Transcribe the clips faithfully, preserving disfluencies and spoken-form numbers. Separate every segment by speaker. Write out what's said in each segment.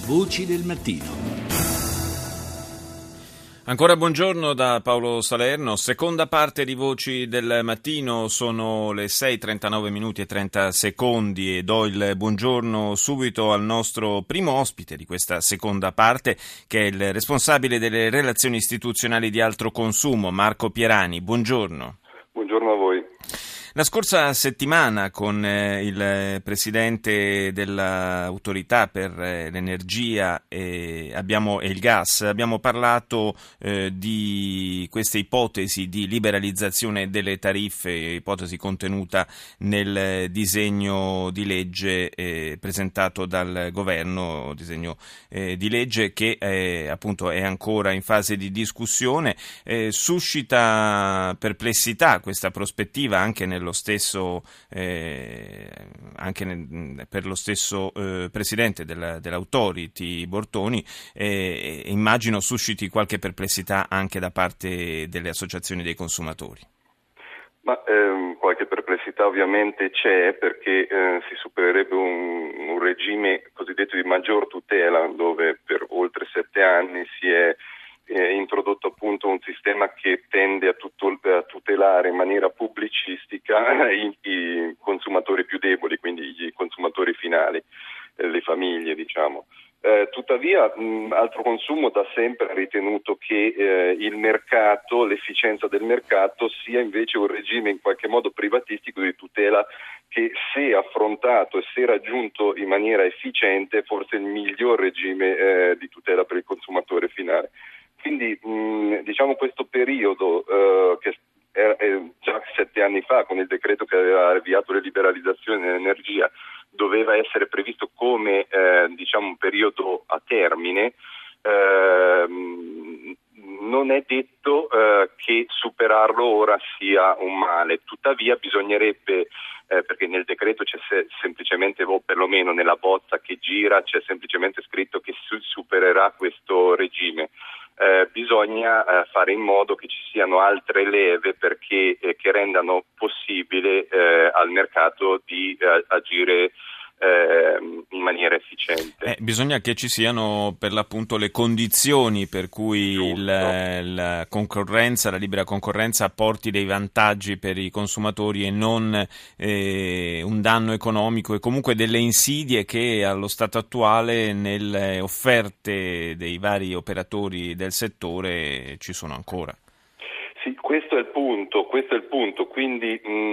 Speaker 1: Voci del mattino.
Speaker 2: Ancora buongiorno da Paolo Salerno, seconda parte di Voci del Mattino, sono le sei e trentanove minuti e trenta secondi e do il buongiorno subito al nostro primo ospite di questa seconda parte, che è il responsabile delle relazioni istituzionali di Altro Consumo, Marco Pierani. Buongiorno.
Speaker 3: Buongiorno a voi.
Speaker 2: La scorsa settimana con eh, il presidente dell'autorità per eh, l'energia e, abbiamo, e il gas abbiamo parlato eh, di queste ipotesi di liberalizzazione delle tariffe, ipotesi contenuta nel disegno di legge eh, presentato dal governo, disegno eh, di legge che eh, appunto è ancora in fase di discussione. Eh, suscita perplessità questa prospettiva anche nel lo stesso eh, anche nel, per lo stesso eh, presidente della, dell'Authority Bortoni e eh, immagino susciti qualche perplessità anche da parte delle associazioni dei consumatori.
Speaker 3: Ma ehm, qualche perplessità ovviamente c'è, perché eh, si supererebbe un, un regime cosiddetto di maggior tutela, dove per oltre sette anni si è Eh, introdotto appunto un sistema che tende a, tutto, a tutelare in maniera pubblicistica i, i consumatori più deboli, quindi i consumatori finali, eh, le famiglie, diciamo. Eh, tuttavia, mh, Altro Consumo da sempre ha ritenuto che eh, il mercato, l'efficienza del mercato sia invece un regime in qualche modo privatistico di tutela che, se affrontato e se raggiunto in maniera efficiente, è forse il miglior regime eh, di tutela per il consumatore finale. Quindi mh, diciamo questo periodo eh, che era eh, già sette anni fa, con il decreto che aveva avviato le liberalizzazioni dell'energia, doveva essere previsto come eh, diciamo un periodo a termine. Eh, non è detto eh, che superarlo ora sia un male, tuttavia bisognerebbe, eh, perché nel decreto c'è se- semplicemente, o perlomeno nella bozza che gira, c'è semplicemente scritto che si supererà questo regime. Eh, bisogna eh, fare in modo che ci siano altre leve perché eh, che rendano possibile eh, al mercato di eh, agire eh, in maniera efficiente.
Speaker 2: Eh, bisogna che ci siano per l'appunto le condizioni per cui il, la concorrenza, la libera concorrenza porti dei vantaggi per i consumatori e non eh, un danno economico e comunque delle insidie che allo stato attuale nelle offerte dei vari operatori del settore ci sono ancora.
Speaker 3: Sì, questo è il punto, questo è il punto, quindi mh,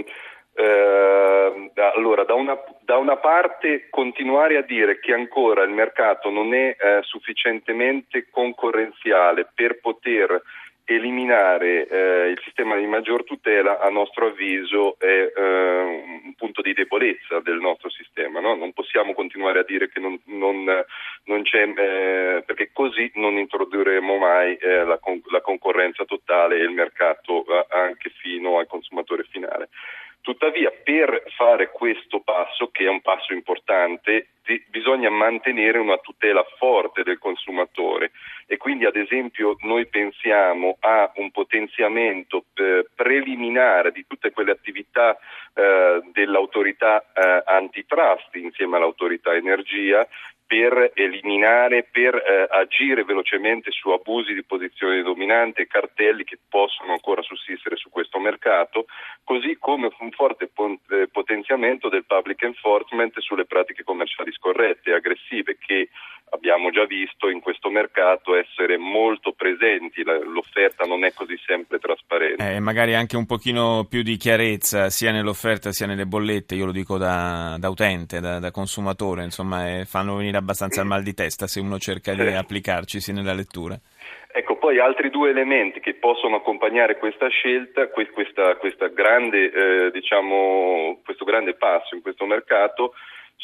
Speaker 3: Eh, allora da una, da una parte continuare a dire che ancora il mercato non è eh, sufficientemente concorrenziale per poter eliminare eh, il sistema di maggior tutela, a nostro avviso è eh, un punto di debolezza del nostro sistema, no? Non possiamo continuare a dire che non, non, non c'è, eh, perché così non introdurremo mai eh, la, con, la concorrenza totale e il mercato eh, anche fino al consumatore finale. Tuttavia, per fare questo passo, che è un passo importante, di, bisogna mantenere una tutela forte del consumatore e quindi, ad esempio, noi pensiamo a un potenziamento eh, preliminare di tutte quelle attività eh, dell'autorità eh, antitrust insieme all'autorità energia, per eliminare, per eh, agire velocemente su abusi di posizione dominante e cartelli che possono ancora sussistere su questo mercato, così come un forte pon- eh, potenziamento del public enforcement sulle pratiche commerciali scorrette e aggressive, che abbiamo già visto in questo mercato essere molto presenti. La, l'offerta non è così sempre trasparente.
Speaker 2: Eh, magari anche un pochino più di chiarezza sia nell'offerta sia nelle bollette, io lo dico da, da utente, da, da consumatore, insomma eh, fanno venire abbastanza il mal di testa se uno cerca di applicarcisi nella lettura.
Speaker 3: Ecco, poi altri due elementi che possono accompagnare questa scelta, questa, questa grande, eh, diciamo, questo grande passo in questo mercato,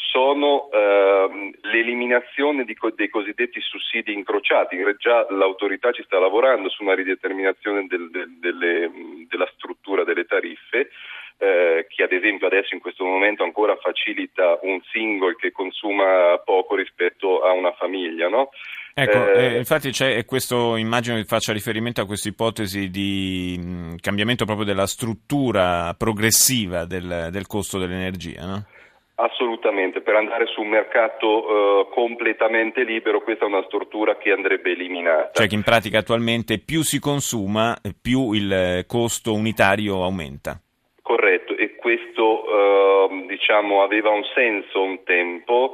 Speaker 3: sono eh, l'eliminazione di, dei cosiddetti sussidi incrociati. Già l'autorità ci sta lavorando su una rideterminazione del, del, delle, della struttura delle tariffe, eh, che ad esempio adesso in questo momento ancora facilita un single che consuma poco rispetto a una famiglia, no?
Speaker 2: Ecco, eh, infatti c'è questo, immagino che faccia riferimento a questa ipotesi di mh, cambiamento proprio della struttura progressiva del, del costo dell'energia, no?
Speaker 3: Assolutamente, per andare su un mercato uh, completamente libero questa è una stortura che andrebbe eliminata.
Speaker 2: Cioè che in pratica attualmente più si consuma, più il costo unitario aumenta.
Speaker 3: Corretto, e questo uh, diciamo aveva un senso un tempo,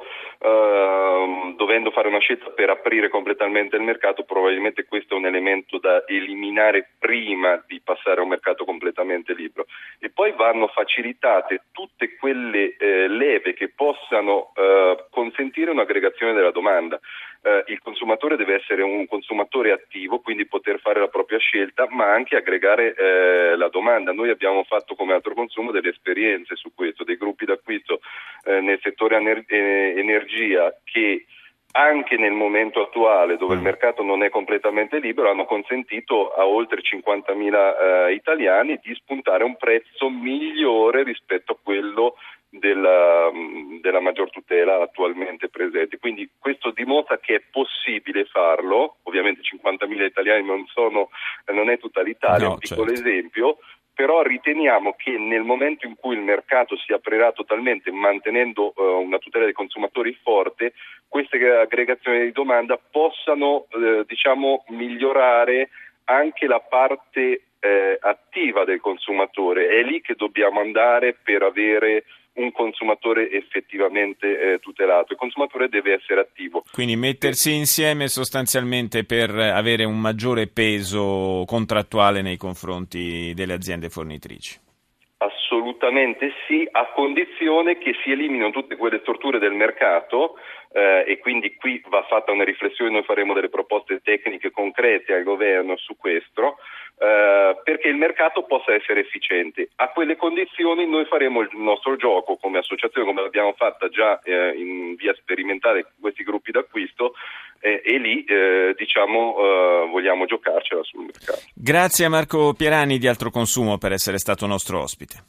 Speaker 3: uh, dovendo fare una scelta per aprire completamente il mercato, probabilmente questo è un elemento da eliminare prima di passare a un mercato completamente libero. E poi vanno facilitate tutte quelle eh, leve che possano uh, consentire un'aggregazione della domanda. Uh, il consumatore deve essere un consumatore attivo, quindi poter fare la propria scelta, ma anche aggregare eh, la domanda. Noi abbiamo fatto come altro consumo delle esperienze su questo, dei gruppi d'acquisto eh, nel settore ener- energia che anche nel momento attuale, dove il mercato non è completamente libero, hanno consentito a oltre cinquantamila eh, italiani di spuntare un prezzo migliore rispetto a quello della, della maggior tutela attualmente presente. Quindi questo dimostra che è possibile farlo. Ovviamente cinquantamila italiani non sono, non è tutta l'Italia,
Speaker 2: no,
Speaker 3: un piccolo
Speaker 2: certo.
Speaker 3: esempio. Però riteniamo che nel momento in cui il mercato si aprirà totalmente mantenendo uh, una tutela dei consumatori forte, queste aggregazioni di domanda possano eh, diciamo migliorare anche la parte eh, attiva del consumatore. È lì che dobbiamo andare per avere un consumatore effettivamente eh, tutelato. Il consumatore deve essere attivo.
Speaker 2: Quindi mettersi insieme sostanzialmente per avere un maggiore peso contrattuale nei confronti delle aziende fornitrici.
Speaker 3: Assolutamente sì, a condizione che si eliminino tutte quelle storture del mercato eh, e quindi qui va fatta una riflessione, noi faremo delle proposte tecniche concrete al governo su questo, eh, perché il mercato possa essere efficiente. A quelle condizioni noi faremo il nostro gioco come associazione, come l'abbiamo fatta già eh, in via sperimentale con questi gruppi d'acquisto, eh, e lì eh, diciamo eh, vogliamo giocarcela sul mercato.
Speaker 2: Grazie a Marco Pierani di Altro Consumo per essere stato nostro ospite.